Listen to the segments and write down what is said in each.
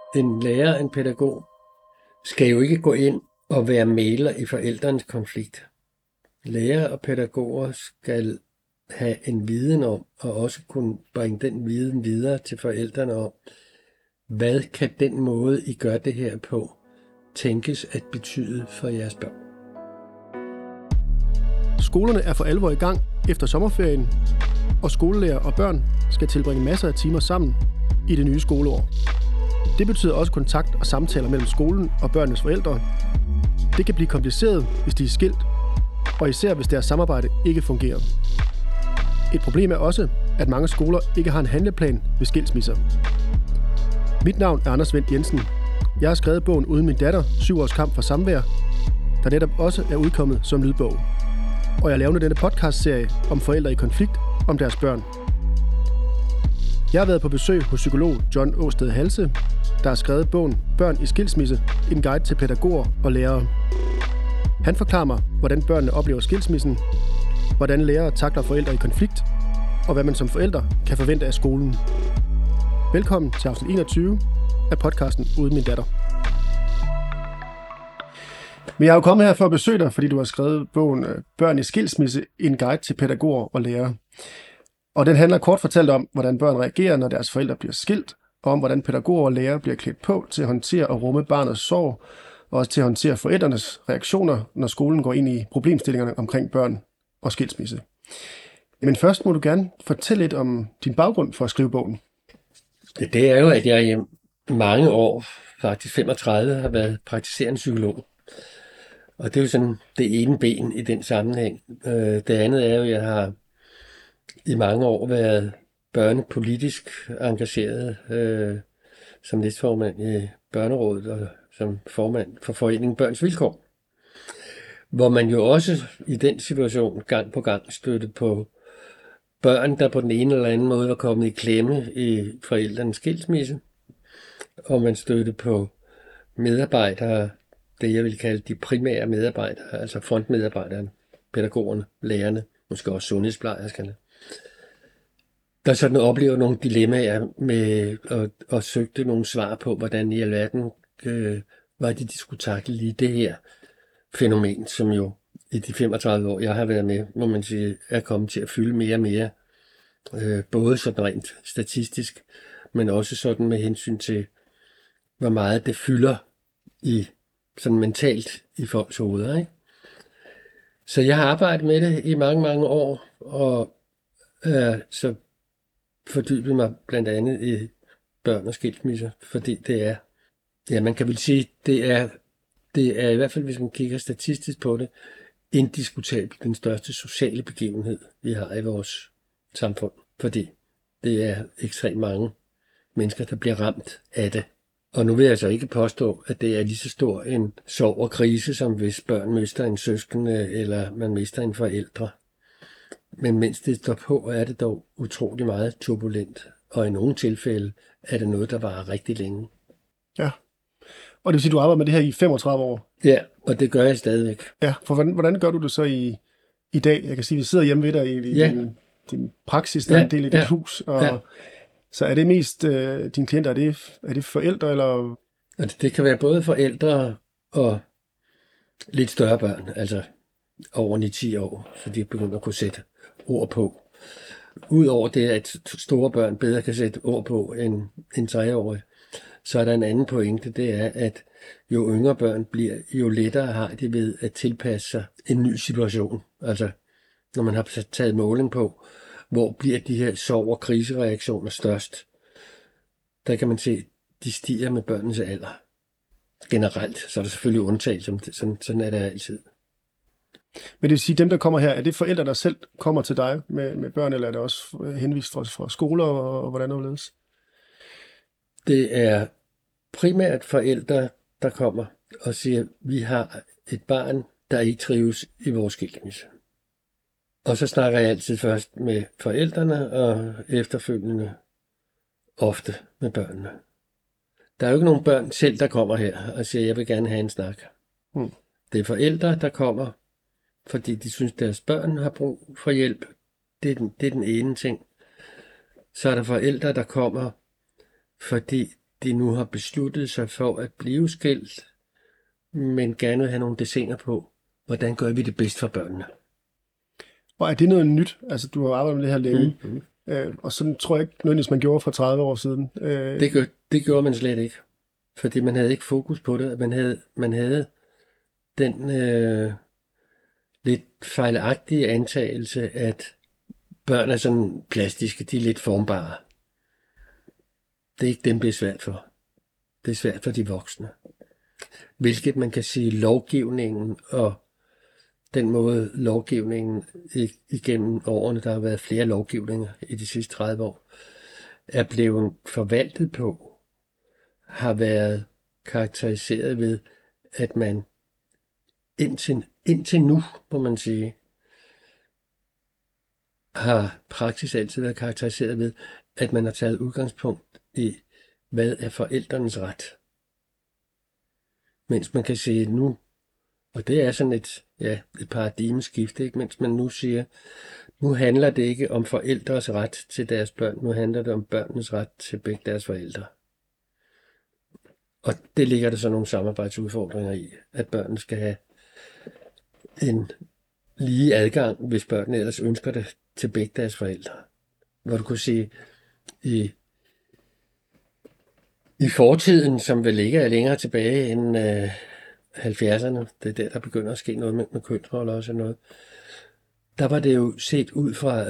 En lærer, en pædagog, skal jo ikke gå ind og være mægler i forældrenes konflikt. Lærere og pædagoger skal have en viden om, og også kunne bringe den viden videre til forældrene om, hvad kan den måde, I gør det her på, tænkes at betyde for jeres børn. Skolerne er for alvor i gang efter sommerferien, og skolelærer og børn skal tilbringe masser af timer sammen i det nye skoleår. Det betyder også kontakt og samtaler mellem skolen og børnenes forældre. Det kan blive kompliceret, hvis de er skilt, og især hvis deres samarbejde ikke fungerer. Et problem er også, at mange skoler ikke har en handleplan ved skilsmisser. Mit navn er Anders Wendt Jensen. Jeg har skrevet bogen Uden min datter, 7 års kamp for samvær, der netop også er udkommet som lydbog. Og jeg laver denne podcastserie om forældre i konflikt om deres børn. Jeg har været på besøg hos psykolog John Aasted Halse, der har skrevet bogen Børn i skilsmisse, en guide til pædagoger og lærere. Han forklarer mig, hvordan børnene oplever skilsmissen, hvordan lærere takler forældre i konflikt, og hvad man som forældre kan forvente af skolen. Velkommen til afsnit 21 af podcasten Uden min datter. Men jeg er jo kommet her for at besøge dig, fordi du har skrevet bogen Børn i skilsmisse, en guide til pædagoger og lærere. Og den handler kort fortalt om, hvordan børn reagerer, når deres forældre bliver skilt, og om hvordan pædagoger og lærere bliver klædt på til at håndtere og rumme barnets sorg, og også til at håndtere forældrenes reaktioner, når skolen går ind i problemstillingerne omkring børn og skilsmisse. Men først må du gerne fortælle lidt om din baggrund for at skrive bogen. Det er jo, at jeg i mange år, faktisk 35, har været praktiserende psykolog. Og det er jo sådan det ene ben i den sammenhæng. Det andet er jo, at jeg har i mange år været børnepolitisk engageret som næstformand i Børnerådet og som formand for foreningen Børns Vilkår. Hvor man jo også i den situation gang på gang støttede på børn, der på den ene eller anden måde var kommet i klemme i forældrenes skilsmisse. Og man støttede på medarbejdere, det jeg vil kalde de primære medarbejdere, altså frontmedarbejderne, pædagogerne, lærerne, måske også sundhedsplejerskerne, der sådan oplever nogle dilemmaer med og søgte nogle svar på, hvordan i alverden var det, de skulle takle lige det her fænomen, som jo i de 35 år, jeg har været med, må man sige, er kommet til at fylde mere og mere, både sådan rent statistisk, men også sådan med hensyn til, hvor meget det fylder i sådan mentalt i folks hoveder, ikke? Så jeg har arbejdet med det i mange, mange år, og så fordybet mig blandt andet i børn og skilsmisser, fordi det er, ja, man kan vel sige, det er i hvert fald, hvis man kigger statistisk på det, indiskutabelt den største sociale begivenhed, vi har i vores samfund, fordi det er ekstremt mange mennesker, der bliver ramt af det. Og nu vil jeg altså ikke påstå, at det er lige så stor en sorg og krise, som hvis børn mister en søskende, eller man mister en forældre. Men mens det står på, er det dog utrolig meget turbulent, og i nogle tilfælde er det noget, der varer rigtig længe. Ja, og det vil sige, at du arbejder med det her i 35 år? Ja, og det gør jeg stadigvæk. Ja, for hvordan gør du det så i dag? Jeg kan sige, at vi sidder hjemme ved dig i din praksis, der er en del i dit hus, og så er det mest dine klienter, er det forældre, eller? Det kan være både forældre og lidt større børn, altså over 9-10 år, så de begynder at kunne sætte ord på. Udover det, at store børn bedre kan sætte ord på end 3-årige, så er der en anden pointe, det er, at jo yngre børn bliver, jo lettere har de ved at tilpasse sig en ny situation. Altså, når man har taget måling på, hvor bliver de her sorg- og krisereaktioner størst, der kan man se, at de stiger med børnenes alder. Generelt, så er der selvfølgelig undtagelser, sådan er det altid. Men det vil sige, dem der kommer her, er det forældre, der selv kommer til dig med børn, eller er det også henvist fra skoler, og hvordan overledes? Det er primært forældre, der kommer og siger, vi har et barn, der ikke trives i vores skilsmisse. Og så snakker jeg altid først med forældrene, og efterfølgende ofte med børnene. Der er jo ikke nogen børn selv, der kommer her og siger, jeg vil gerne have en snak. Det er forældre, der kommer, fordi de synes, deres børn har brug for hjælp. Det er den ene ting. Så er der forældre, der kommer, fordi de nu har besluttet sig for at blive skilt, men gerne vil have nogle dessiner på, hvordan gør vi det bedst for børnene. Og er det noget nyt? Altså, du har arbejdet med det her længe, og sådan tror jeg ikke nødvendigvis, man gjorde for 30 år siden. Det gjorde man slet ikke, fordi man havde ikke fokus på det. Man havde den lidt fejlagtige antagelse, at børn er sådan plastiske, de er lidt formbare. Det er ikke dem, det er svært for. Det er svært for de voksne. Hvilket man kan sige, lovgivningen og den måde lovgivningen igennem årene, der har været flere lovgivninger i de sidste 30 år, er blevet forvaltet på, har været karakteriseret ved, at man indtil nu, må man sige, har praksis altid været karakteriseret ved, at man har taget udgangspunkt i, hvad er forældrenes ret. Mens man kan sige nu, og det er sådan et paradigmeskift, ikke? Mens man nu siger, nu handler det ikke om forældres ret til deres børn, nu handler det om børnenes ret til begge deres forældre. Og det ligger der så nogle samarbejdsudfordringer i, at børnene skal have en lige adgang, hvis børnene ellers ønsker det, til begge deres forældre. Hvor du kunne sige, i fortiden, som vel ikke er længere tilbage end 70'erne, det er der begynder at ske noget med kønsroller og sådan noget, der var det jo set ud fra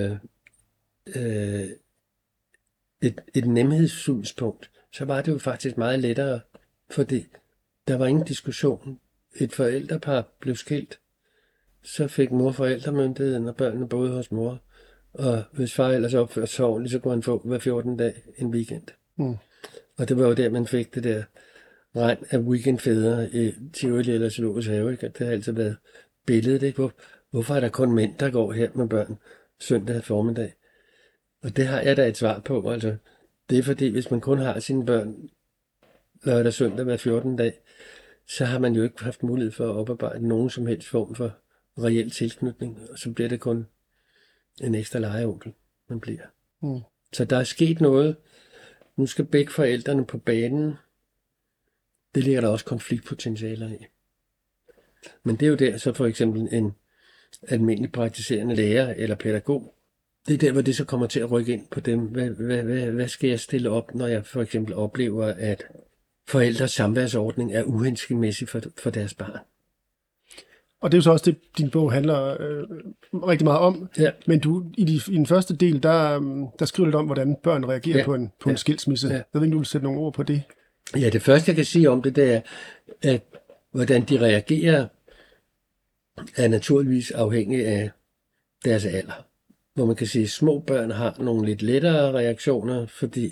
et nemhedssynspunkt, så var det jo faktisk meget lettere, fordi der var ingen diskussion. Et forældrepar blev skilt, så fik mor forældremyndigheden, og børnene boede hos mor. Og hvis far ellers opførte sig ordentligt, så kunne han få hver 14 dag en weekend. Og det var jo der, man fik det der regn af weekendfædre i Tivoli eller Zoologisk Have. Ikke? Det har altid været billedet. Ikke? Hvorfor er der kun mænd, der går her med børn søndag formiddag? Og det har jeg da et svar på. Altså, det er fordi, hvis man kun har sine børn lørdag og søndag hver 14 dag, så har man jo ikke haft mulighed for at oparbejde nogen som helst form for reel tilknytning. Og så bliver det kun en ekstra legeonkel, man bliver. Så der er sket noget. Nu skal begge forældrene på banen. Det ligger der også konfliktpotentialer i. Men det er jo der, så for eksempel en almindelig praktiserende lærer eller pædagog, det er der, hvor det så kommer til at rykke ind på dem. Hvad skal jeg stille op, når jeg for eksempel oplever, at forældres samværsordning er uhensigtsmæssig for deres barn? Og det er jo så også det, din bog handler rigtig meget om. Ja. Men du, i den første del, der skriver lidt om, hvordan børn reagerer på en skilsmisse. Ja. Jeg ved ikke, du vil sætte nogle ord på det. Ja, det første, jeg kan sige om det er, at hvordan de reagerer, er naturligvis afhængig af deres alder. Hvor man kan sige, at små børn har nogle lidt lettere reaktioner, fordi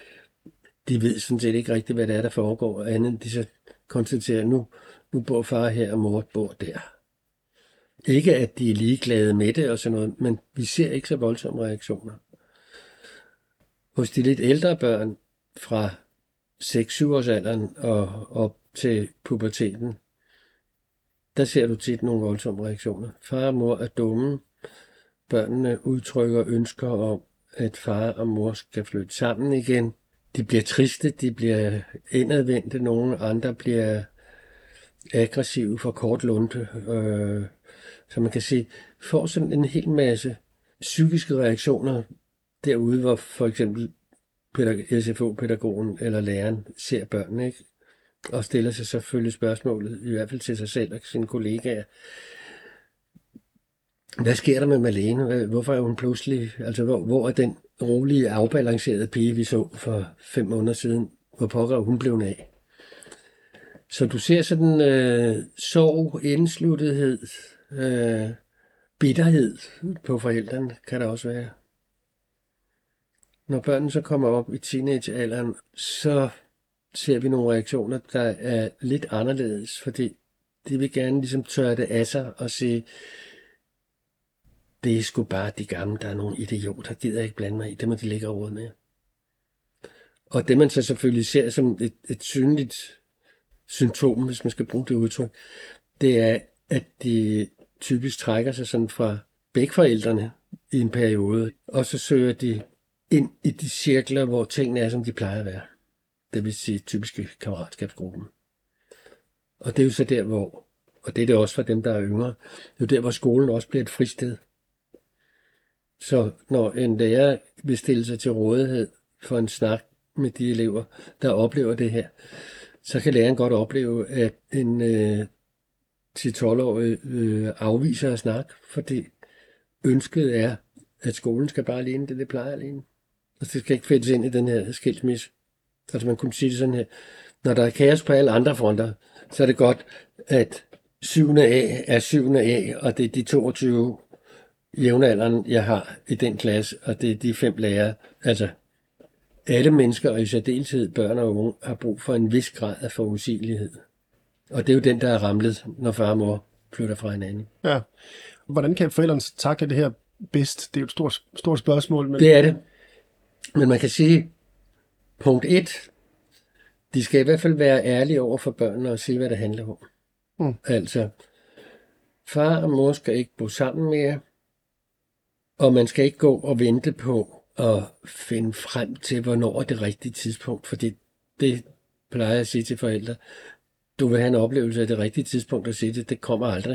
de ved sådan set ikke rigtigt, hvad det er, der foregår, andet end de så konstaterer, nu bor far her, og mor bor der. Ikke at de er ligeglade med det og sådan noget, men vi ser ikke så voldsomme reaktioner. Hos de lidt ældre børn fra 6-7 års alderen og op til puberteten, der ser du tit nogle voldsomme reaktioner. Far og mor er dumme. Børnene udtrykker ønsker om, at far og mor skal flytte sammen igen. De bliver triste, de bliver indadvendte, nogle andre bliver aggressive for kort lunte. Så man kan sige, får sådan en hel masse psykiske reaktioner derude, hvor for eksempel SFO-pædagogen eller læreren ser børnene, ikke? Og stiller sig selvfølgelig spørgsmålet, i hvert fald til sig selv og sine kollegaer. Hvad sker der med Malene? Hvorfor er hun pludselig, altså hvor er den rolige, afbalancerede pige, vi så for 5 måneder siden? Hvor pokker hun blev af? Så du ser sådan sorg, indsluttethed, bitterhed på forældrene, kan der også være. Når børnene så kommer op i teenagealderen, så ser vi nogle reaktioner, der er lidt anderledes, fordi de vil gerne ligesom tørre det af sig og sige, det er sgu bare de gamle, der er nogle idioter, gider ikke blande mig i, det må de ligge og råde med. Og det man så selvfølgelig ser som et synligt symptom, hvis man skal bruge det udtryk, det er, at de typisk trækker sig sådan fra begge forældrene i en periode, og så søger de ind i de cirkler, hvor tingene er, som de plejer at være. det vil sige typiske kammeratskabsgruppen. Og det er jo så der, hvor, og det er det også for dem, der er yngre, det er jo der, hvor skolen også bliver et fristed. Så når en lærer vil stille sig til rådighed for en snak med de elever, der oplever det her, så kan læreren godt opleve, at en 10-12-årig afviser at snakke, fordi ønsket er, at skolen skal bare alene det plejer alene. Og det skal ikke fældes ind i den her skilsmisse. Altså man kunne sige det sådan her. Når der er kaos på alle andre fronter, så er det godt, at 7. A er 7. A, og det er de 22 jævnaldrende, jeg har i den klasse, og det er de 5 lærere. Altså alle mennesker, og i særdeleshed børn og unge, har brug for en vis grad af forudsigelighed. Og det er jo den, der er ramlet, når far og mor flytter fra hinanden. Ja. Hvordan kan forældrene takle det her bedst? Det er jo et stort spørgsmål. Men... Det er det. Men man kan sige, punkt 1, de skal i hvert fald være ærlige over for børnene og sige, hvad det handler om. Altså, far og mor skal ikke bo sammen mere, og man skal ikke gå og vente på at finde frem til, hvornår er det rigtige tidspunkt, fordi det plejer jeg at sige til forældre. Du vil have en oplevelse af det rigtige tidspunkt at sige det. Det kommer aldrig.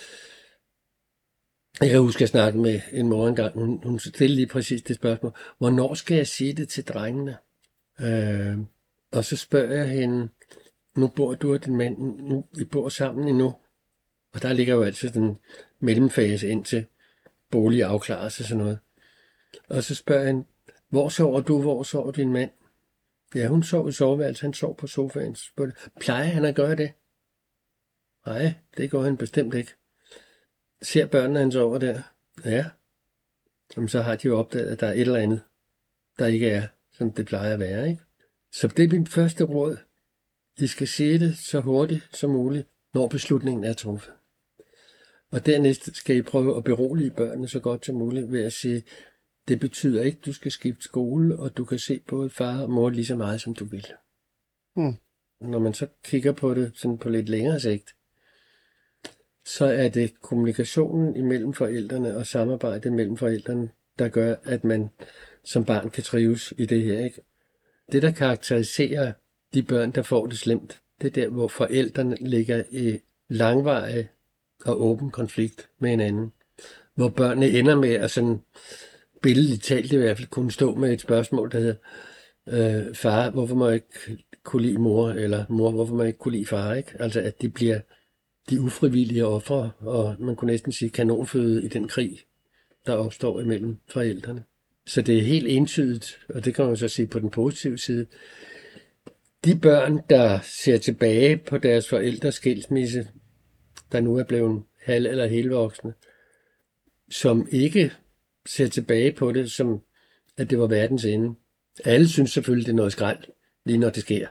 Jeg kan huske, at jeg snakkede med en mor engang. Hun stillede lige præcis det spørgsmål. Hvornår skal jeg sige det til drengene? Og så spørger jeg hende, nu bor du og din mand, vi bor sammen endnu. Og der ligger jo altid den mellemfase indtil bolig afklares og sådan noget. Og så spørger jeg hende, hvor sover du, hvor sover din mand? Ja, hun sov i soveværelset, han sov på sofaen. Plejer han at gøre det? Nej, det gør han bestemt ikke. Ser børnene, han sover der? Ja. Så har de jo opdaget, at der er et eller andet, der ikke er, som det plejer at være, ikke? Så det er min første råd. I skal sige det så hurtigt som muligt, når beslutningen er truffet. Og dernæst skal I prøve at berolige børnene så godt som muligt ved at sige, det betyder ikke, at du skal skifte skole, og du kan se både far og mor lige så meget, som du vil. Når man så kigger på det sådan på lidt længere sigt, så er det kommunikationen imellem forældrene og samarbejdet mellem forældrene, der gør, at man som barn kan trives i det her, ikke? Det, der karakteriserer de børn, der får det slemt, det er der, hvor forældrene ligger i langvarig og åben konflikt med hinanden. Hvor børnene ender med at sådan billedligt talt i hvert fald kunne stå med et spørgsmål, der hedder, far, hvorfor må jeg ikke kunne lide mor? Eller mor, hvorfor må jeg ikke kunne lide far? Ikke? Altså, at de bliver de ufrivillige ofre, og man kunne næsten sige kanonføde i den krig, der opstår imellem forældrene. Så det er helt entydigt, og det kan man så sige på den positive side. De børn, der ser tilbage på deres forældres skilsmisse, der nu er blevet halv- eller helvoksne, som ikke ser tilbage på det, som at det var verdens ende. Alle synes selvfølgelig, det er noget skrald, lige når det sker.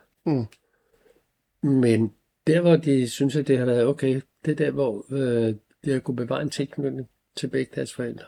Men der, hvor de synes, at det har været okay, det er der, hvor de har kunne bevare en tilknytning til begge deres forældre.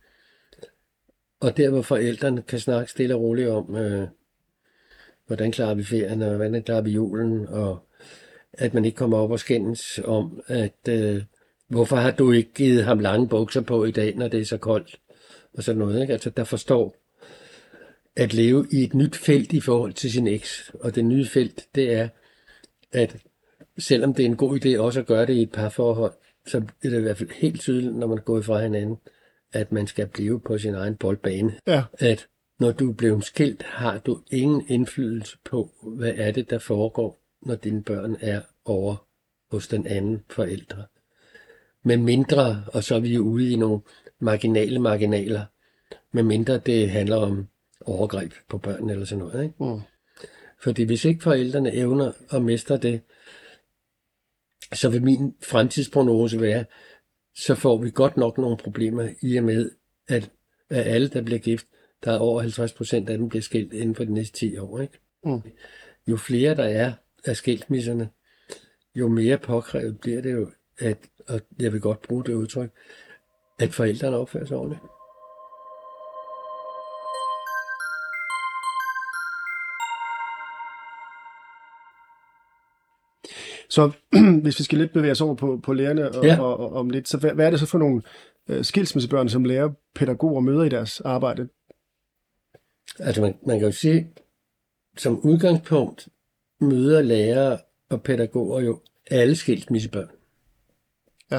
Og der, hvor forældrene kan snakke stille og roligt om, hvordan klarer vi ferien, og hvordan klarer vi julen, og at man ikke kommer op og skændes om, at hvorfor har du ikke givet ham lange bukser på i dag, når det er så koldt, og sådan noget, ikke? Altså, der forstår at leve i et nyt felt i forhold til sin eks. Og det nye felt, det er, at selvom det er en god idé også at gøre det i et parforhold, så er det i hvert fald helt tydeligt, når man går fra hinanden, at man skal blive på sin egen boldbane. Ja. At når du er blevet skilt, har du ingen indflydelse på, hvad er det, der foregår, når dine børn er over hos den anden forældre. Med mindre, og så er vi ude i nogle marginaler, med mindre det handler om overgreb på børn eller sådan noget. Ikke? Fordi hvis ikke forældrene evner at mestre det, så vil min fremtidsprognose være, så får vi godt nok nogle problemer i og med, at af alle, der bliver gift, der er over 50% af dem bliver skilt inden for de næste 10 år. Ikke? Jo flere der er af skilsmisserne, jo mere påkrævet bliver det jo, at, og jeg vil godt bruge det udtryk, at forældrene opfører sig ordentligt. Så hvis vi skal lidt bevæge os over på lærerne og om lidt, så hvad er det så for nogle skilsmissebørn, som lærer pædagoger møder i deres arbejde? Altså man kan jo sige, som udgangspunkt møder lærere og pædagoger jo alle skilsmissebørn. Ja.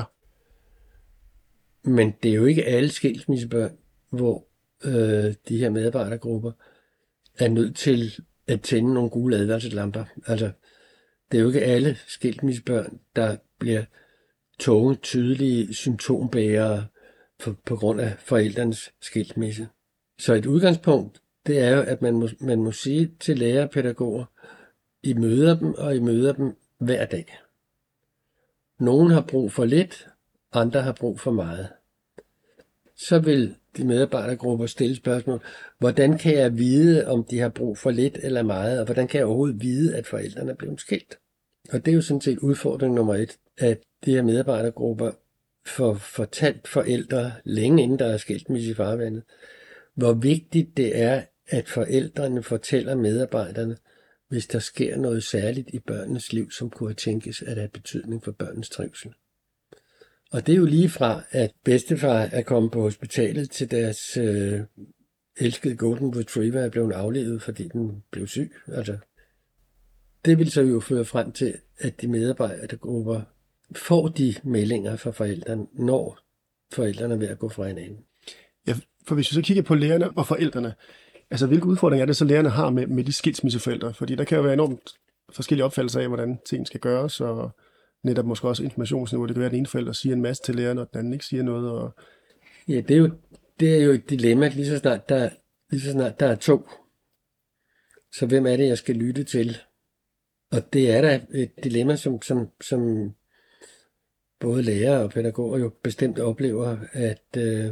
Men det er jo ikke alle skilsmissebørn, hvor de her medarbejdergrupper er nødt til at tænde nogle gule advarselslamper. Altså, det er jo ikke alle skilsmissebørn, der bliver tunge, tydelige symptombærere på grund af forældrenes skilsmisse. Så et udgangspunkt, det er jo, at man må sige til lærere og pædagoger, I møder dem hver dag. Nogen har brug for lidt, andre har brug for meget. Så vil de medarbejdergrupper stille spørgsmål, hvordan kan jeg vide, om de har brug for lidt eller meget, og hvordan kan jeg overhovedet vide, at forældrene er blevet skilt? Og det er jo sådan set udfordring nummer 1, at de her medarbejdergrupper får fortalt forældre, længe inden der er skilsmisse i farvandet, hvor vigtigt det er, at forældrene fortæller medarbejderne, hvis der sker noget særligt i børnenes liv, som kunne tænkes at have betydning for børnenes trivsel. Og det er jo lige fra, at bedstefar er kommet på hospitalet, til deres elskede Golden Retriever er blevet aflevet, fordi den blev syg. Altså, det vil så jo føre frem til, at de medarbejdergrupper får de meldinger fra forældrene, når forældrene er ved at gå fra hinanden. Ja, for hvis vi så kigger på lærerne og forældrene, altså hvilke udfordringer er det så lærerne har med de skilsmisseforældre? Fordi der kan jo være enormt forskellige opfattelser af, hvordan ting skal gøres, og netop måske også informationsniveau. Det kan være, at den ene forælder siger en masse til lærerne, og den anden ikke siger noget. Og... Ja, det er jo et dilemma, lige så snart der er 2. Så hvem er det, jeg skal lytte til? Og det er da et dilemma, som både lærere og pædagoger jo bestemt oplever, at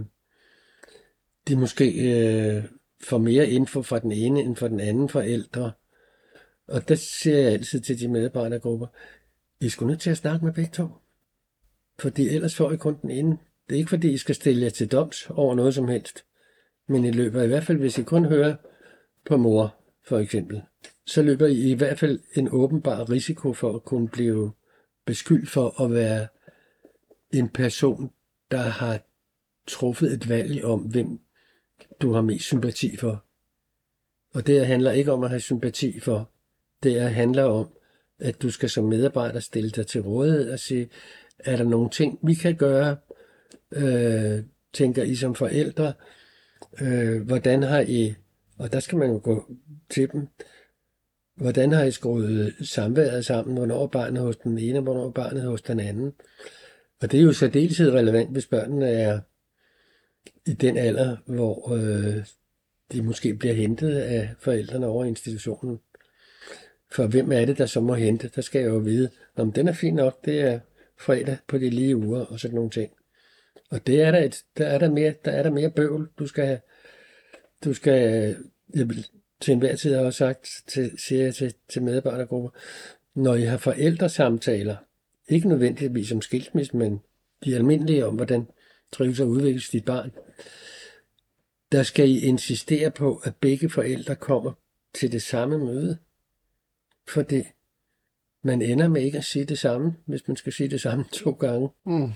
de måske får mere info fra den ene end fra den anden forældre. Og der siger jeg altid til de medarbejdergrupper, I skulle nødt til at snakke med begge 2. Fordi ellers får I kun den ene. Det er ikke fordi, I skal stille jer til doms over noget som helst. Men I løber i hvert fald, hvis I kun hører på mor, for eksempel, så løber I i hvert fald en åbenbar risiko for at kunne blive beskyldt for at være en person, der har truffet et valg om, hvem du har mest sympati for. Og det handler ikke om at have sympati for. Det handler om, at du skal som medarbejder stille dig til rådighed og sige, er der nogle ting, vi kan gøre? Tænker I som forældre? Hvordan har I, og der skal man jo gå til dem, hvordan har I skruet samværet sammen? Hvornår er barnet hos den ene, og hvornår er barnet hos den anden? Og det er jo særdeleshed relevant, hvis børnene er i den alder, hvor de måske bliver hentet af forældrene over institutionen. For hvem er det, der så må hente? Der skal jeg jo vide, om den er fin nok, det er fredag på de lige uger og sådan nogle ting. Og det er der er der mere bøvl. Du skal jeg vil til enhver tid har jeg også sagt, siger jeg til medarbejdergrupper, når I har forældresamtaler, ikke nødvendigvis om skilsmisse, men de almindelige om, hvordan trives og udvikles dit barn, der skal I insistere på, at begge forældre kommer til det samme møde. Fordi man ender med ikke at sige det samme, hvis man skal sige det samme 2 gange.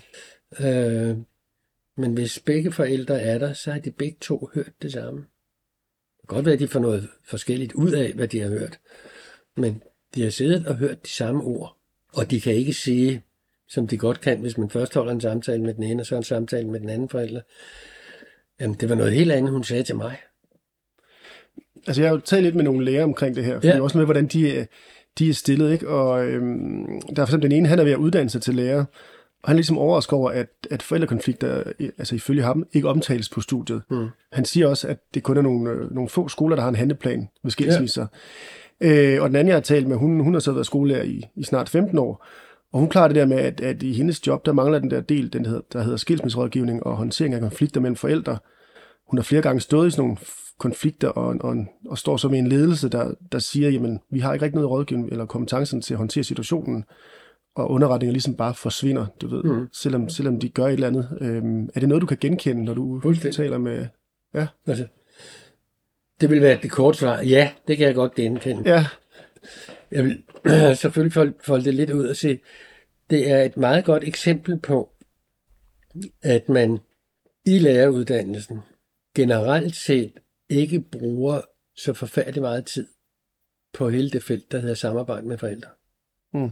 Men hvis begge forældre er der, så har de begge 2 hørt det samme. Det kan godt være, at de får noget forskelligt ud af, hvad de har hørt. Men de har siddet og hørt de samme ord. Og de kan ikke sige, som de godt kan, hvis man først holder en samtale med den ene, og så en samtale med den anden forælder. Jamen, det var noget helt andet, hun sagde til mig. Altså, jeg har jo talt lidt med nogle lærere omkring det her, for det er også med, hvordan de er stillet, ikke? Og der er for eksempel den ene, han er ved at uddanne sig til lærer, og han er ligesom overrasket over, at forældrekonflikter, altså ifølge ham, ikke omtales på studiet. Han siger også, at det kun er nogle få skoler, der har en handleplan ved skilsmisser. Og den anden, jeg har talt med, hun har så været skolelærer i snart 15 år, og hun klarer det der med, at i hendes job, der mangler den der del, der hedder skilsmisserådgivning og håndtering af konflikter mellem forældre. Hun har flere gange stået i sådan nogle konflikter og står så med en ledelse, der siger, jamen, vi har ikke rigtig noget rådgivning eller kompetencen til at håndtere situationen, og underretninger ligesom bare forsvinder, du ved, selvom de gør et eller andet. Er det noget, du kan genkende, når du taler med... Ja. Altså, det vil være det korte svar. Ja, det kan jeg godt genkende. Ja. Jeg vil selvfølgelig folde det lidt ud og sige, det er et meget godt eksempel på, at man i læreruddannelsen generelt set ikke bruger så forfærdelig meget tid på hele det felt, der hedder samarbejde med forældre. Mm.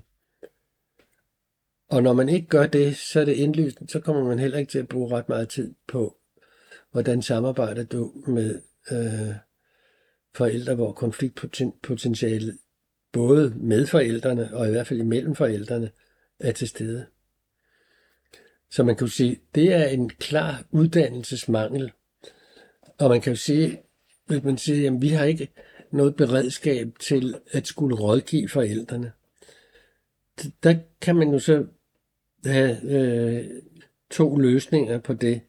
Og når man ikke gør det, så er det indlysende, så kommer man heller ikke til at bruge ret meget tid på, hvordan samarbejder du med forældre, hvor konfliktpotentialet både med forældrene og i hvert fald imellem forældrene er til stede. Så man kan jo sige, det er en klar uddannelsesmangel. Og man kan jo sige, hvis man siger, at vi har ikke noget beredskab til at skulle rådgive forældrene. Der kan man jo så have to løsninger på det.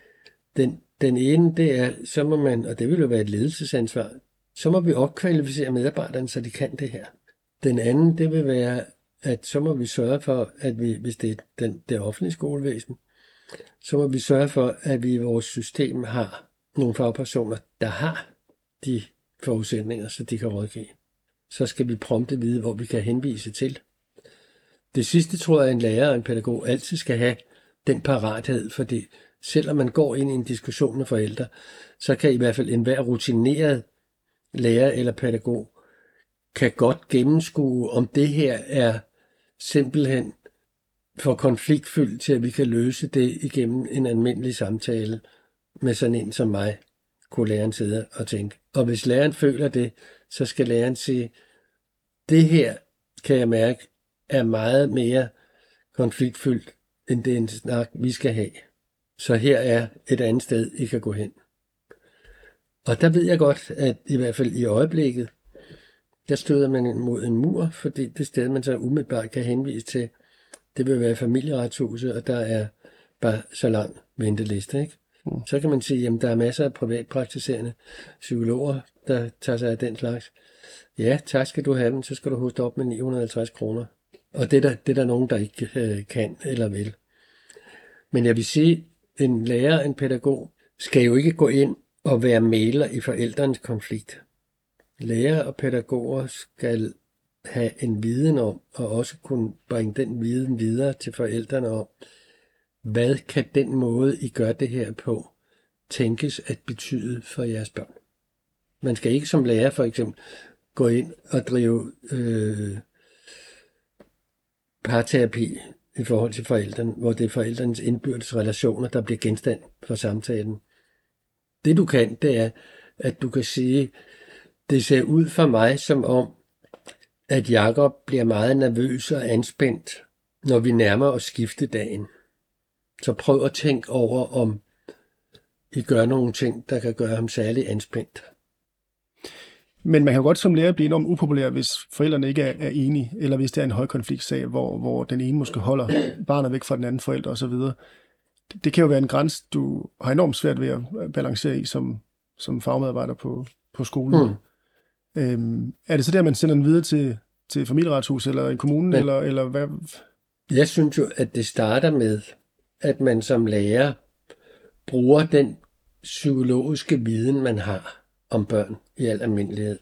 Den ene, det er, så må man, og det vil jo være et ledelsesansvar, så må vi opkvalificere medarbejderne, så de kan det her. Den anden, det vil være, at så må vi sørge for, at vi, hvis det er det offentlige skolevæsen, så må vi sørge for, at vi i vores system har nogle fagpersoner, der har de forudsætninger, så de kan rådgive. Så skal vi prompte vide, hvor vi kan henvise til. Det sidste tror jeg, at en lærer og en pædagog altid skal have den parathed, fordi selvom man går ind i en diskussion med forældre, så kan i hvert fald enhver rutineret lærer eller pædagog kan godt gennemskue, om det her er simpelthen for konfliktfyldt til, at vi kan løse det igennem en almindelig samtale med sådan en som mig, kunne læreren sidde og tænke. Og hvis læreren føler det, så skal læreren sige, det her kan jeg mærke er meget mere konfliktfyldt, end det en snak, vi skal have. Så her er et andet sted, I kan gå hen. Og der ved jeg godt, at i hvert fald i øjeblikket, der støder man mod en mur, fordi det sted, man så umiddelbart kan henvise til, det vil være familieretshuset, og der er bare så lang venteliste, ikke? Så kan man sige, at der er masser af privatpraktiserende psykologer, der tager sig af den slags. Ja, tak skal du have dem, så skal du hoste op med 950 kroner. Og det er der nogen, der ikke kan eller vil. Men jeg vil sige, en lærer, en pædagog, skal jo ikke gå ind og være mægler i forældrenes konflikt. Lærere og pædagoger skal have en viden om, og også kunne bringe den viden videre til forældrene om, hvad kan den måde, I gør det her på, tænkes at betyde for jeres børn. Man skal ikke som lærer for eksempel gå ind og drive parterapi i forhold til forældrene, hvor det er forældrenes indbyrdes relationer, der bliver genstand for samtalen. Det du kan, det er, at du kan sige, det ser ud for mig som om, at Jakob bliver meget nervøs og anspændt, når vi nærmer os skiftedagen. Så prøv at tænke over, om I gør nogle ting, der kan gøre ham særlig anspændt. Men man kan jo godt som lærer blive enormt upopulær, hvis forældrene ikke er enige, eller hvis det er en højkonfliktsag, hvor den ene måske holder barnet væk fra den anden forælder osv. Det kan jo være en grænse, du har enormt svært ved at balancere i som fagmedarbejder på skolen. Er det så der, man sender den videre til familieretshuset eller i kommunen, eller hvad? Jeg synes jo, at det starter med, at man som lærer bruger den psykologiske viden, man har om børn i al almindelighed.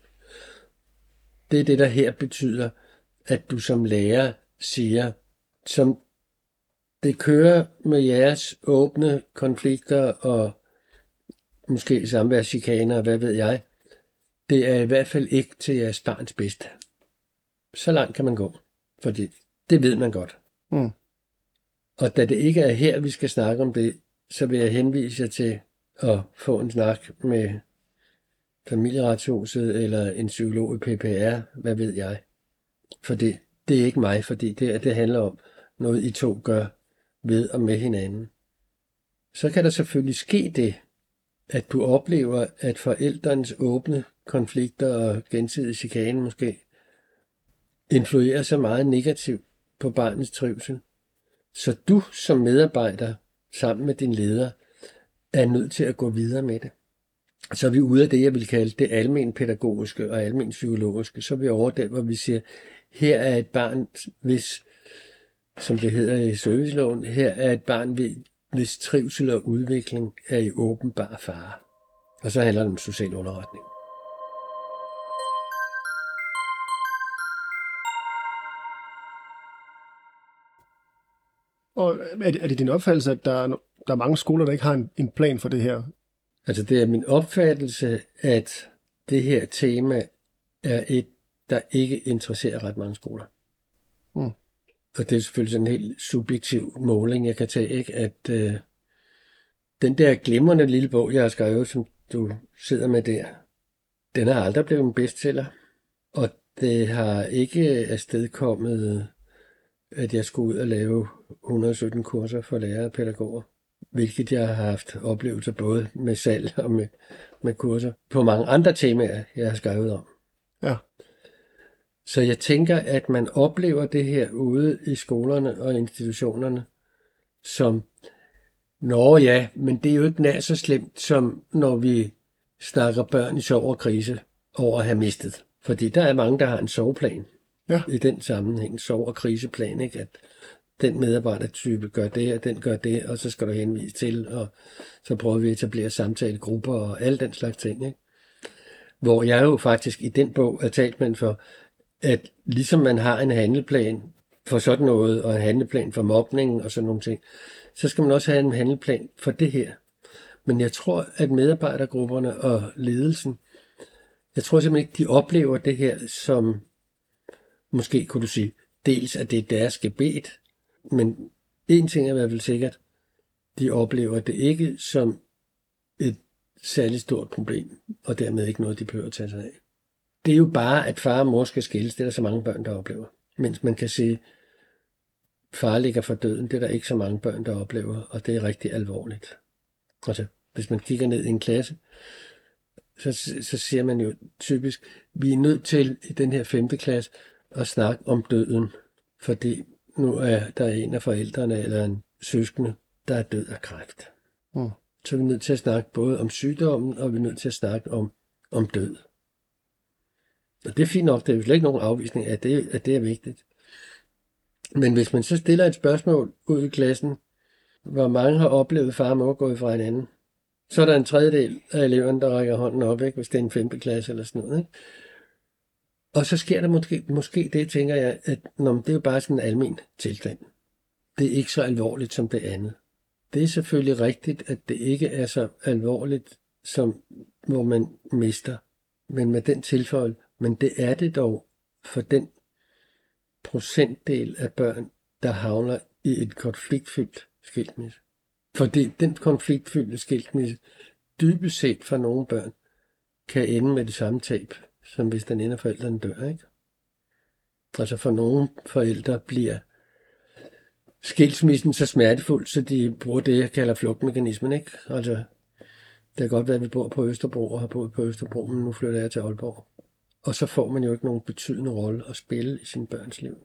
Det er det, der her betyder, at du som lærer siger, som det kører med jeres åbne konflikter og måske samværschikaner, hvad ved jeg, det er i hvert fald ikke til jeres barns bedste. Så langt kan man gå, fordi det ved man godt. Mm. Og da det ikke er her, vi skal snakke om det, så vil jeg henvise jer til at få en snak med familieretshuset eller en psykolog i PPR, hvad ved jeg. For det er ikke mig, fordi det handler om noget, I to gør ved og med hinanden. Så kan der selvfølgelig ske det, at du oplever, at forældrenes åbne konflikter og gensidig chikane måske influerer så meget negativt på barnets trivsel, så du som medarbejder sammen med din leder er nødt til at gå videre med det. Så er vi ude af det, jeg vil kalde det almen pædagogiske og almen psykologiske. Så er vi over der, hvor vi siger, her er et barn, hvis, som det hedder i serviceloven, her er et barn, hvis trivsel og udvikling er i åbenbar fare. Og så handler det om social underretning. Og er det din opfattelse, at der er mange skoler, der ikke har en plan for det her? Altså det er min opfattelse, at det her tema er et, der ikke interesserer ret mange skoler. Mm. Og det er selvfølgelig sådan en helt subjektiv måling, jeg kan tage, ikke? At den der glimrende lille bog, jeg har skrevet, som du sidder med der, den har aldrig blevet en bestseller. Og det har ikke afstedkommet, at jeg skulle ud og lave 117 kurser for lærere og pædagoger, hvilket jeg har haft oplevelser både med salg og med kurser på mange andre temaer, jeg har skrevet om. Ja. Så jeg tænker, at man oplever det her ude i skolerne og institutionerne som, nå ja, men det er jo ikke nær så slemt, som når vi snakker børn i sorg og krise over at have mistet. Fordi der er mange, der har en sorgplan i den sammenhæng, sorg- og kriseplan, ikke? At den medarbejdertype gør det, og den gør det, og så skal du henvise til, og så prøver vi at etablere samtalegrupper og alle den slags ting, ikke? Hvor jeg jo faktisk i den bog er talsmand for, at ligesom man har en handleplan for sådan noget, og en handleplan for mobning og sådan nogle ting, så skal man også have en handleplan for det her. Men jeg tror, at medarbejdergrupperne og ledelsen, jeg tror simpelthen ikke, de oplever det her som, måske kunne du sige, dels at det er deres gebet, men en ting er i hvert fald sikkert, de oplever det ikke som et særligt stort problem, og dermed ikke noget, de behøver at tage sig af. Det er jo bare, at far og mor skal skilles, det er der så mange børn, der oplever. Mens man kan sige, far ligger for døden, det er der ikke så mange børn, der oplever, og det er rigtig alvorligt. Altså, hvis man kigger ned i en klasse, så ser man jo typisk, vi er nødt til i den her 5. klasse at snakke om døden, fordi nu er der en af forældrene eller en søskende, der er død af kræft. Mm. Så er vi nødt til at snakke både om sygdommen, og vi er nødt til at snakke om død. Og det er fint nok, det er jo slet ikke nogen afvisning af, at det er vigtigt. Men hvis man så stiller et spørgsmål ud i klassen, hvor mange har oplevet far og mor gået fra hinanden, så er der en tredjedel af eleverne, der rækker hånden op, ikke? Hvis det er en 5. klasse eller sådan noget. Ikke? Og så sker der måske det, tænker jeg, at det er jo bare sådan en almen tilstand. Det er ikke så alvorligt som det andet. Det er selvfølgelig rigtigt, at det ikke er så alvorligt, som hvor man mister. Men med den tilføjelse, men det er det dog for den procentdel af børn, der havner i et konfliktfyldt skilsmisse. Fordi den konfliktfyldte skilsmisse, dybest set for nogle børn, kan ende med det samme tab, som hvis den ene af forældrene dør, ikke? Altså for nogle forældre bliver skilsmissen så smertefuld, så de bruger det, jeg kalder flugtmekanismen, ikke? Altså, det kan godt være, at vi bor på Østerbro og har boet på Østerbro, men nu flytter jeg til Aalborg. Og så får man jo ikke nogen betydende rolle at spille i sin børns liv.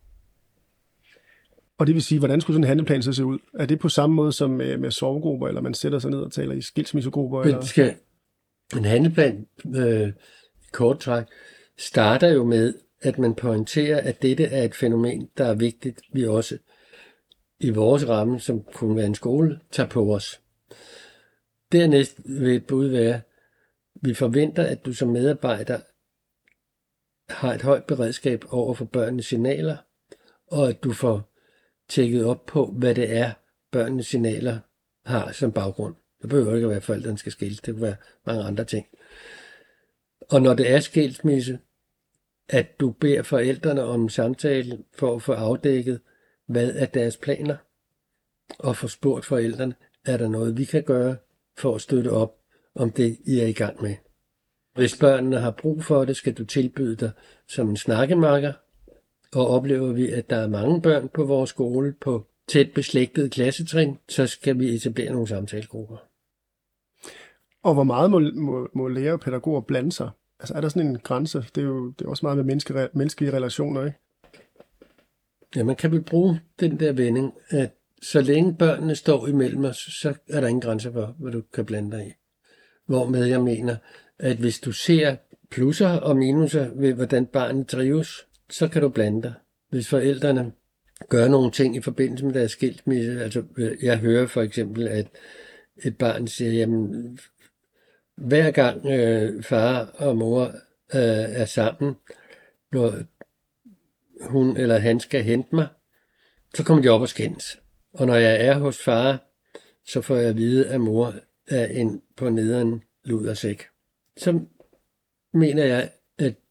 Og det vil sige, hvordan skulle sådan en handleplan så se ud? Er det på samme måde som med sorggrupper, eller man sætter sig ned og taler i skilsmissegrupper? Eller? En handleplan, kort træk, starter jo med, at man pointerer, at dette er et fænomen, der er vigtigt, vi også i vores ramme, som kunne være en skole, tager på os. Dernæst vil et bud være, vi forventer, at du som medarbejder har et højt beredskab over for børnenes signaler, og at du får tjekket op på, hvad det er, børnenes signaler har som baggrund. Det behøver ikke at være, at forældrene skal skilles. Det kan være mange andre ting. Og når det er skilsmisse, at du beder forældrene om en samtale for at få afdækket, hvad er deres planer, og få spurgt forældrene, er der noget, vi kan gøre for at støtte op om det, I er i gang med. Hvis børnene har brug for det, skal du tilbyde dig som en snakkemakker, og oplever vi, at der er mange børn på vores skole på tæt beslægtede klassetrin, så skal vi etablere nogle samtalegrupper. Og hvor meget må lærere og pædagoger blande sig? Altså er der sådan en grænse? Det er også meget med menneskelige relationer, ikke? Ja, man kan vel bruge den der vending, at så længe børnene står imellem os, så er der ingen grænse for, hvad du kan blande dig i. Hvormed jeg mener, at hvis du ser plusser og minuser ved, hvordan barnet trives, så kan du blande dig. Hvis forældrene gør nogle ting i forbindelse med deres skilsmisse, altså jeg hører for eksempel, at et barn siger, jamen hver gang far og mor er sammen, når hun eller han skal hente mig, så kommer de op og skændes. Og når jeg er hos far, så får jeg at vide, at mor er en på nederen ludersæk. Så mener jeg, at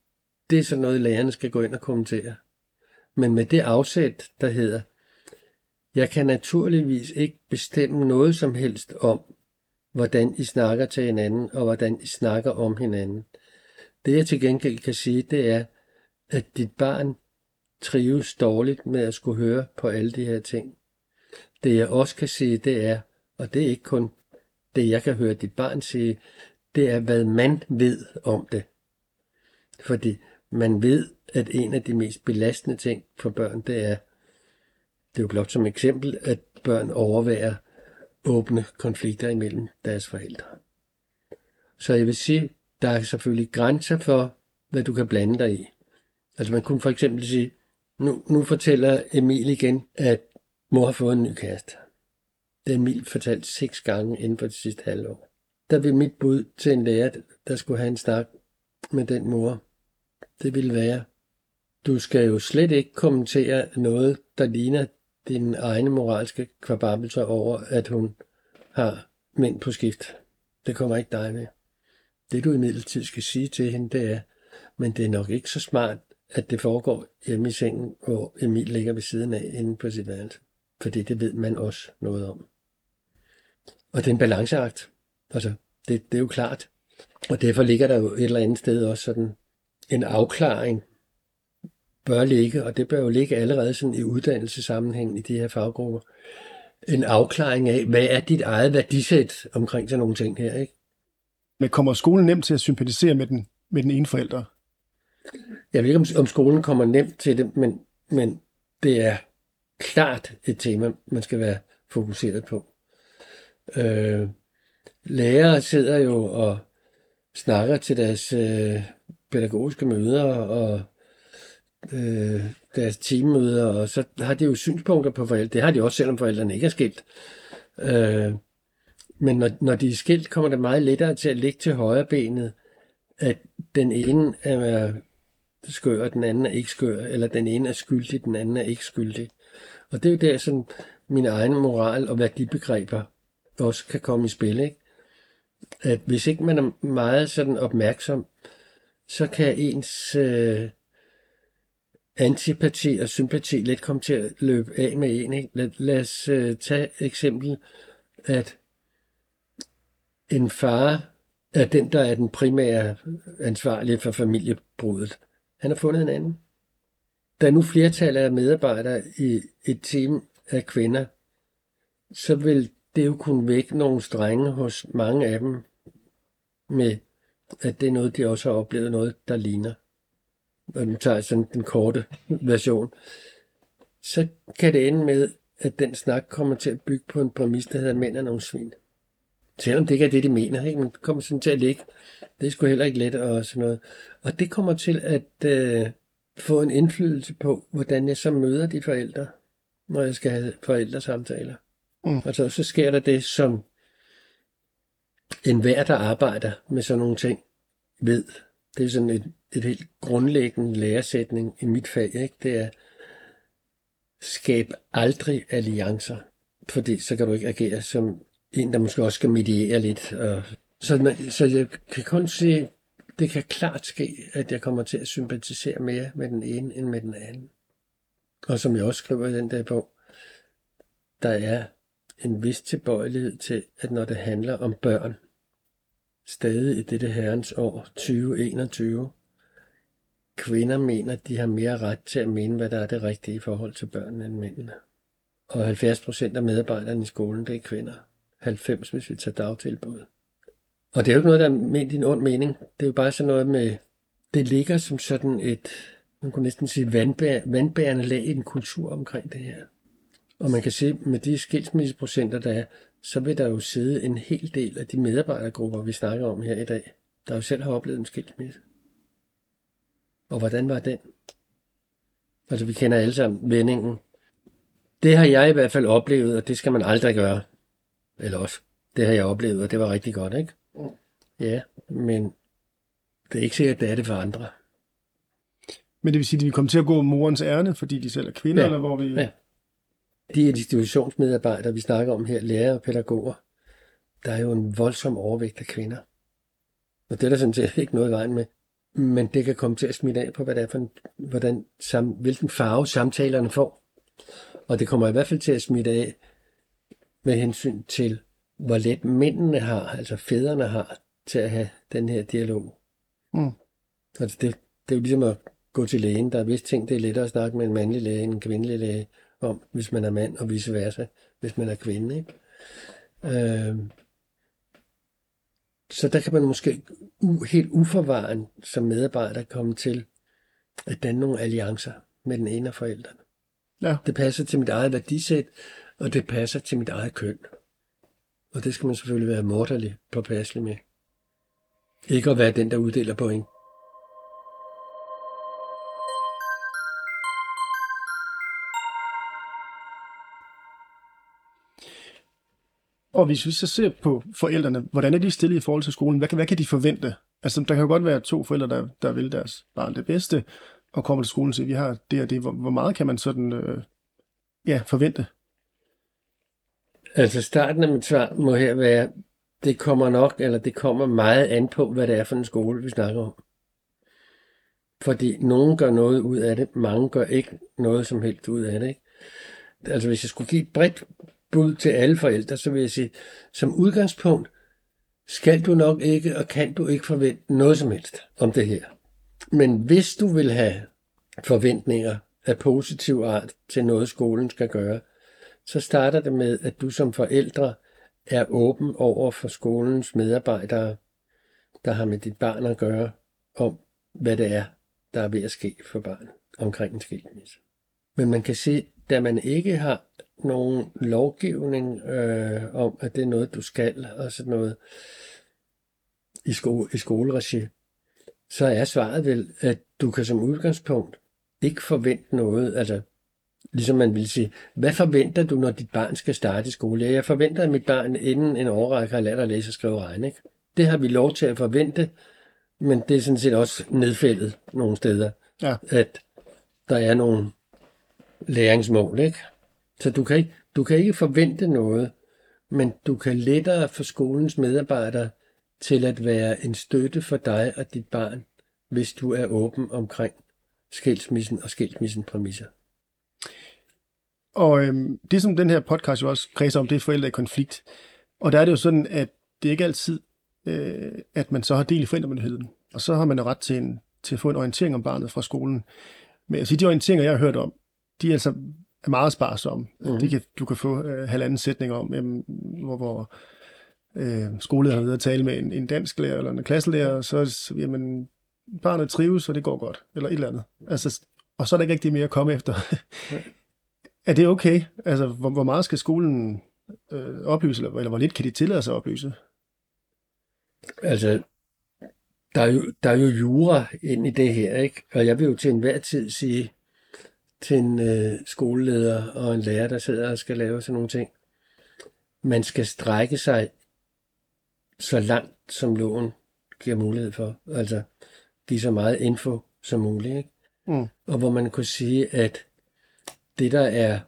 det er sådan noget, lærerne skal gå ind og kommentere. Men med det afsæt, der hedder, jeg kan naturligvis ikke bestemme noget som helst om, hvordan I snakker til hinanden, og hvordan I snakker om hinanden. Det jeg til gengæld kan sige, det er, at dit barn trives dårligt med at skulle høre på alle de her ting. Det jeg også kan sige, det er, og det er ikke kun det, jeg kan høre dit barn sige, det er, hvad man ved om det. Fordi man ved, at en af de mest belastende ting for børn, det er jo blot som eksempel, at børn overværer åbne konflikter imellem deres forældre. Så jeg vil sige, der er selvfølgelig grænser for, hvad du kan blande dig i. Altså man kunne for eksempel sige, nu fortæller Emil igen, at mor har fået en ny kæreste. Det er Emil fortalt 6 gange inden for det sidste halvår. Der vil mit bud til en lærer, der skulle have en snak med den mor, det ville være, du skal jo slet ikke kommentere noget, der ligner dine egne moralske kvababelser over, at hun har mænd på skift. Det kommer ikke dig med. Det du imidlertid skal sige til hende, det er, men det er nok ikke så smart, at det foregår hjemme i sengen, hvor Emil ligger ved siden af inde på sit værelse. Fordi det ved man også noget om. Og det er en balanceakt. Altså, det er jo klart. Og derfor ligger der jo et eller andet sted også sådan en afklaring bør ligge, og det bør jo ligge allerede sådan i uddannelsessammenhæng i de her faggrupper. En afklaring af, hvad er dit eget værdisæt omkring sådan nogle ting her, ikke? Men kommer skolen nemt til at sympatisere med den ene forælder? Jeg ved ikke, om skolen kommer nemt til det, men det er klart et tema, man skal være fokuseret på. Lærere sidder jo og snakker til deres pædagogiske møder og deres teammøder, og så har de jo synspunkter på forældre. Det har de også, selvom forældrene ikke er skilt. Men når de er skilt, kommer det meget lettere til at ligge til højre benet, at den ene er skør, og den anden er ikke skør, eller den ene er skyldig, den anden er ikke skyldig. Og det er jo der, sådan min egen moral og værdibegreber også kan komme i spil, ikke? At hvis ikke man er meget sådan opmærksom, så kan ens antipati og sympati let komme til at løbe af med en, ikke? Lad os tage eksempel, at en far er den, der er den primære ansvarlige for familiebruddet. Han har fundet en anden. Der er nu flertal af medarbejdere i et team af kvinder, så vil det jo kunne vække nogle strenge hos mange af dem med, at det er noget, de også har oplevet noget, der ligner. Og nu tager jeg sådan den korte version. Så kan det ende med, at den snak kommer til at bygge på en præmis, der hedder mænd er nogle svin. Selvom det ikke er det, de mener, ikke? Men det kommer sådan til at ligge. Det er sgu heller ikke let og sådan noget. Og det kommer til at få en indflydelse på, hvordan jeg så møder de forældre, når jeg skal have forældresamtaler. Og så sker der det, som enhver, der arbejder med sådan nogle ting, ved. Det er sådan et helt grundlæggende læresætning i mit fag, ikke? Det er, skab aldrig alliancer, fordi så kan du ikke agere som en, der måske også skal mediere lidt. Så jeg kan kun sige, det kan klart ske, at jeg kommer til at sympatisere mere med den ene, end med den anden. Og som jeg også skriver i den der bog, der er en vis tilbøjelighed til, at når det handler om børn, stadig i dette herrens år 2021, kvinder mener, at de har mere ret til at mene, hvad der er det rigtige i forhold til børnene end mændene. Og 70% af medarbejderne i skolen, det er kvinder. 90, hvis vi tager dagtilbud. Og det er jo ikke noget, der er ment i en ond mening. Det er jo bare sådan noget med, det ligger som sådan et, man kunne næsten sige, vandbærende lag i en kultur omkring det her. Og man kan se, med de skilsmisseprocenter, der er, så vil der jo sidde en hel del af de medarbejdergrupper, vi snakker om her i dag, der jo selv har oplevet en skilsmisse. Og hvordan var den? Altså, vi kender alle sammen vendingen. Det har jeg i hvert fald oplevet, og det skal man aldrig gøre. Eller også. Det har jeg oplevet, og det var rigtig godt, ikke? Ja, men det er ikke sikkert, at det er det for andre. Men det vil sige, at vi kommer til at gå morens ærne, fordi de selv er kvinder, eller hvor vi... Ja. De institutionsmedarbejdere, vi snakker om her, lærere og pædagoger, der er jo en voldsom overvægt af kvinder. Og det er der sådan set ikke noget i vejen med. men det kan komme til at smitte af på, hvad det er for hvilken farve samtalerne får. Og det kommer i hvert fald til at smitte af med hensyn til, hvor let mændene har, altså fædrene har, til at have den her dialog. Altså det er jo ligesom at gå til lægen. Der er vist ting, det er lettere at snakke med en mandlig læge end en kvindelig læge om, hvis man er mand, og vice versa, hvis man er kvinde. Ikke? Så der kan man måske helt uforvarende som medarbejder komme til at danne nogle alliancer med den ene af forældrene. Ja. Det passer til mit eget værdisæt, og det passer til mit eget køn. Og det skal man selvfølgelig være morderlig påpasselig med. Ikke at være den, der uddeler point. Og hvis vi så ser på forældrene, hvordan er de stillet i forhold til skolen? Hvad kan de forvente? Altså, der kan jo godt være 2 forældre, der vil deres barn det bedste, og kommer til skolen og siger, vi har det og det. Hvor meget kan man sådan forvente? Altså starten af mit svar må her være, det kommer meget an på, hvad det er for en skole, vi snakker om. Fordi nogen gør noget ud af det, mange gør ikke noget som helst ud af det. Ikke? Altså hvis jeg skulle give et bredt bud til alle forældre, så vil jeg sige, som udgangspunkt skal du nok ikke og kan du ikke forvente noget som helst om det her. Men hvis du vil have forventninger af positiv art til noget, skolen skal gøre, så starter det med, at du som forældre er åben over for skolens medarbejdere, der har med dit barn at gøre, om hvad det er, der er ved at ske for barnet omkring en skilsmisse. Men man kan se, da man ikke har nogen lovgivning om, at det er noget, du skal, og sådan noget i skoleregi, så er svaret vel, at du kan som udgangspunkt ikke forvente noget. Altså, ligesom man vil sige, hvad forventer du, når dit barn skal starte i skole? Ja, jeg forventer, at mit barn inden en årrække har lært at læse og skrive og regne. Ikke? Det har vi lov til at forvente, men det er sådan set også nedfældet nogle steder, at der er nogle læringsmål. Ikke? Så du kan ikke forvente noget, men du kan lettere få skolens medarbejdere til at være en støtte for dig og dit barn, hvis du er åben omkring skilsmissen og skilsmissens præmisser. Og det, som den her podcast jo også kredser om, det er forældre i konflikt. Og der er det jo sådan, at det ikke altid, at man så har del i forældremyndigheden. Og så har man jo ret til at få en orientering om barnet fra skolen. Men altså, de orienteringer, jeg har hørt om, de er altså meget sparsomme. Du kan få halvanden sætning om, hvor skolelederen har været at tale med en dansk lærer eller en klasselærer, og så jamen, barnet trives, og det går godt, eller et eller andet. Altså, og så er der ikke rigtig mere at komme efter. Er det okay? Altså, hvor meget skal skolen oplyse, eller hvor lidt kan de tillade sig at oplyse? Altså, der er jo jura ind i det her, ikke? Og jeg vil jo til enhver tid sige til en skoleleder og en lærer, der sidder og skal lave sådan nogle ting, man skal strække sig så langt, som loven giver mulighed for. Altså, give så meget info som muligt, ikke? Og hvor man kunne sige, at det, der er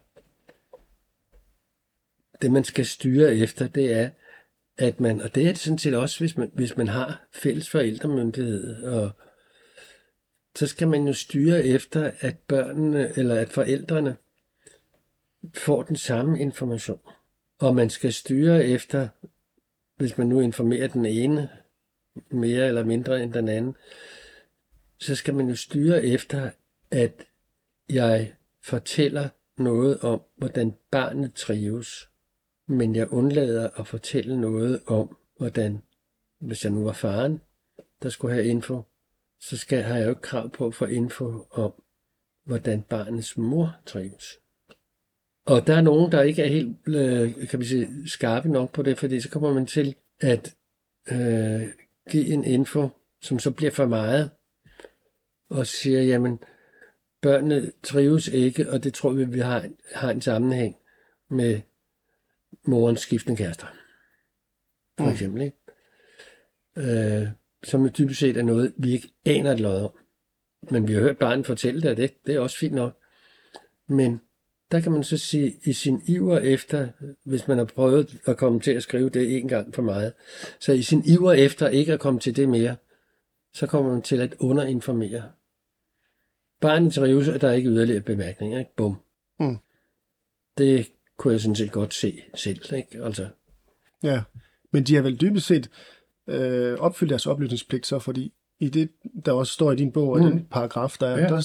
det, man skal styre efter, det er, at man, og det er det sådan set også, hvis man har fælles forældremyndighed, og så skal man jo styre efter, at børnene, eller at forældrene får den samme information. Og man skal styre efter, hvis man nu informerer den ene mere eller mindre end den anden, så skal man jo styre efter, at jeg fortæller noget om, hvordan barnet trives, men jeg undlader at fortælle noget om, hvordan, hvis jeg nu var faren, der skulle have info, så har jeg jo ikke krav på at få info om, hvordan barnets mor trives. Og der er nogen, der ikke er helt, kan vi sige, skarpe nok på det, fordi så kommer man til at give en info, som så bliver for meget, og siger, jamen, børnene trives ikke, og det tror vi har en sammenhæng med morens skiftende kærester. For eksempel, ikke? Som jo dybest set er noget, vi ikke aner et lod om. Men vi har hørt barnet fortælle det, og det er også fint nok. Men der kan man så sige, i sin iver efter, hvis man har prøvet at komme til at skrive det en gang for meget, så i sin iver efter ikke at komme til det mere, så kommer man til at underinformere. Barnet trives, og der er ikke yderligere bemærkninger. Ikke? Bum. Mm. Det kunne jeg sådan set godt se selv. Ikke? Altså. Ja, men de har vel dybest set opfyldt deres oplysningspligt, så fordi i det, der også står i din bog, og den paragraf, der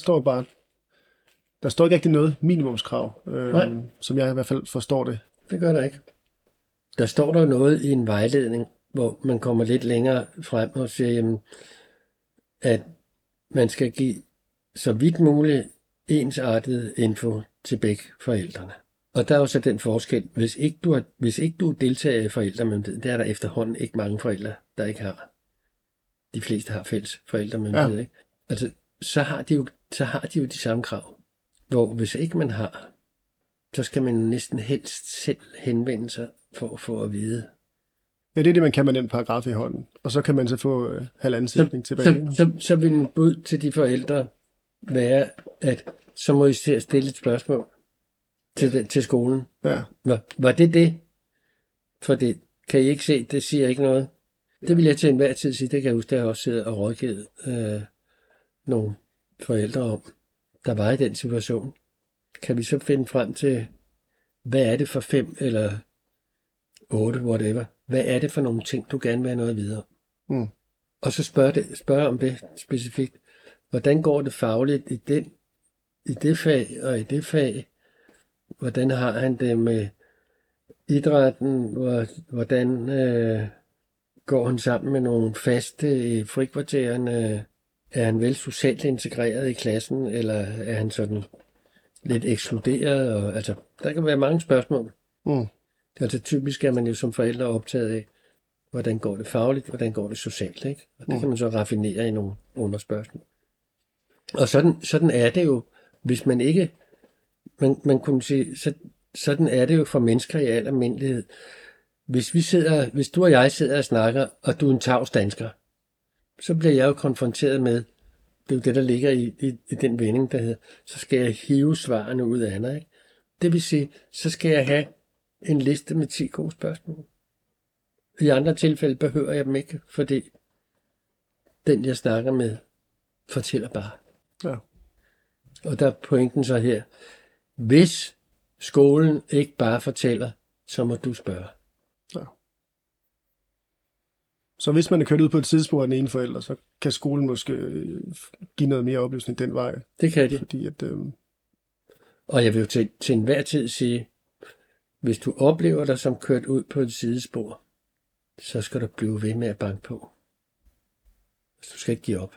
står ikke rigtig noget minimumskrav, som jeg i hvert fald forstår det. Det gør der ikke. Der står der noget i en vejledning, hvor man kommer lidt længere frem og siger, jamen, at man skal give så vidt muligt ensartet info til begge forældrene. Og der er jo så den forskel, hvis ikke du deltager i forældremyndighed, det er der efterhånden ikke mange forældre, der ikke har. De fleste har fælles forældremyndighed, ikke? Altså, så har de jo de samme krav. Hvor hvis ikke man har, så skal man næsten helst selv henvende sig for at få at vide. Ja, det er det, man kan med den paragraf i hånden. Og så kan man så få halvanden sætning tilbage. Så vil en bud til de forældre være, at så må I stille et spørgsmål til skolen. Ja. Var det? For det kan I ikke se, det siger ikke noget. Det vil jeg til enhver tid sige, det kan jeg huske, at jeg også sidder og rådgivet nogle forældre om, der var i den situation. Kan vi så finde frem til, hvad er det for 5 eller 8, whatever. Hvad er det for nogle ting, du gerne vil have noget videre? Mm. Og så spørg om det specifikt. Hvordan går det fagligt i det fag og i det fag? Hvordan har han det med idrætten? Hvordan går han sammen med nogle faste i frikvartererne? Er han vel socialt integreret i klassen, eller er han sådan lidt ekskluderet? Og, altså, der kan være mange spørgsmål. Mm. Altså typisk er man jo som forældre optaget af, hvordan går det fagligt, hvordan går det socialt, ikke? Og det kan man så raffinere i nogle underspørgsmål. Og sådan er det jo, hvis man ikke, man kunne sige, sådan er det jo for mennesker i al almindelighed. Hvis du og jeg sidder og snakker, og du er en tavs dansker, så bliver jeg jo konfronteret med, det er jo det, der ligger i den vending, der hedder, så skal jeg hive svarene ud af andre, ikke? Det vil sige, så skal jeg have en liste med 10 gode spørgsmål. I andre tilfælde behøver jeg dem ikke, fordi den, jeg snakker med, fortæller bare. Ja. Og der er pointen så her. Hvis skolen ikke bare fortæller, så må du spørge. Ja. Så hvis man er kørt ud på et tidsspor af den ene forælder, så kan skolen måske give noget mere oplysning den vej. Det kan de. Fordi at, Og jeg vil jo til enhver tid sige, hvis du oplever dig som kørt ud på et sidespor, så skal du blive ved med at banke på. Du skal ikke give op.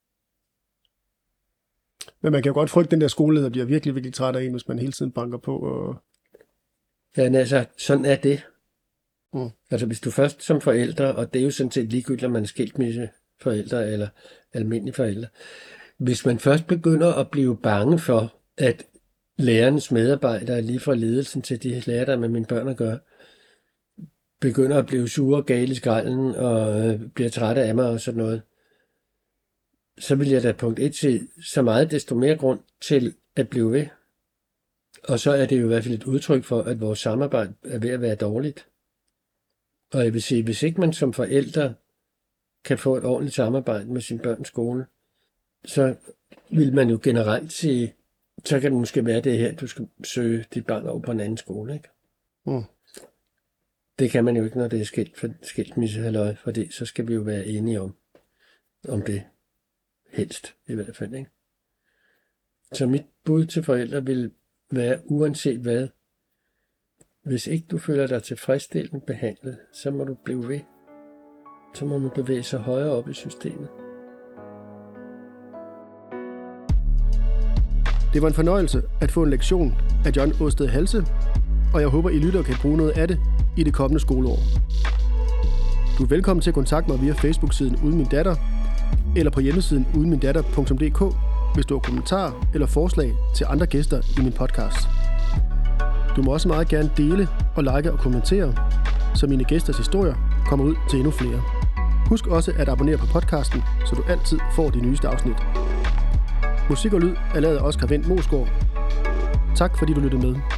Men man kan jo godt frygte, den der skoleleder bliver virkelig, virkelig træt af en, hvis man hele tiden banker på. Og... Ja, altså, sådan er det. Mm. Altså, hvis du først som forældre, og det er jo sådan set ligegyldigt, om man er skilsmisseforældre eller almindelige forældre, hvis man først begynder at blive bange for, at lærernes medarbejdere, lige fra ledelsen til de lærere, der med mine børn at gøre, begynder at blive sure og gale i skralden og bliver trætte af mig og sådan noget, så vil jeg da punkt 1 sige, så meget desto mere grund til at blive ved. Og så er det jo i hvert fald et udtryk for, at vores samarbejde er ved at være dårligt. Og jeg vil sige, hvis ikke man som forældre kan få et ordentligt samarbejde med sin børns skole, så vil man jo generelt sige, så kan det måske være det her, du skal søge dit barn over på en anden skole, ikke? Mm. Det kan man jo ikke, når det er skilsmissehalløj, fordi så skal vi jo være enige om det. Helst, i hvert fald, ikke? Så mit bud til forældre vil være, uanset hvad, hvis ikke du føler dig tilfredsstillende behandlet, så må du blive ved. Så må man bevæge sig højere op i systemet. Det var en fornøjelse at få en lektion af John Aasted Halse, og jeg håber, I lytter kan bruge noget af det i det kommende skoleår. Du er velkommen til at kontakte mig via Facebook-siden Uden Min Datter, eller på hjemmesiden udenmindatter.dk, hvis du har kommentarer eller forslag til andre gæster i min podcast. Du må også meget gerne dele og like og kommentere, så mine gæsters historier kommer ud til endnu flere. Husk også at abonnere på podcasten, så du altid får de nyeste afsnit. Musik og lyd er lavet af Oscar Wendt Moesgaard. Tak fordi du lyttede med.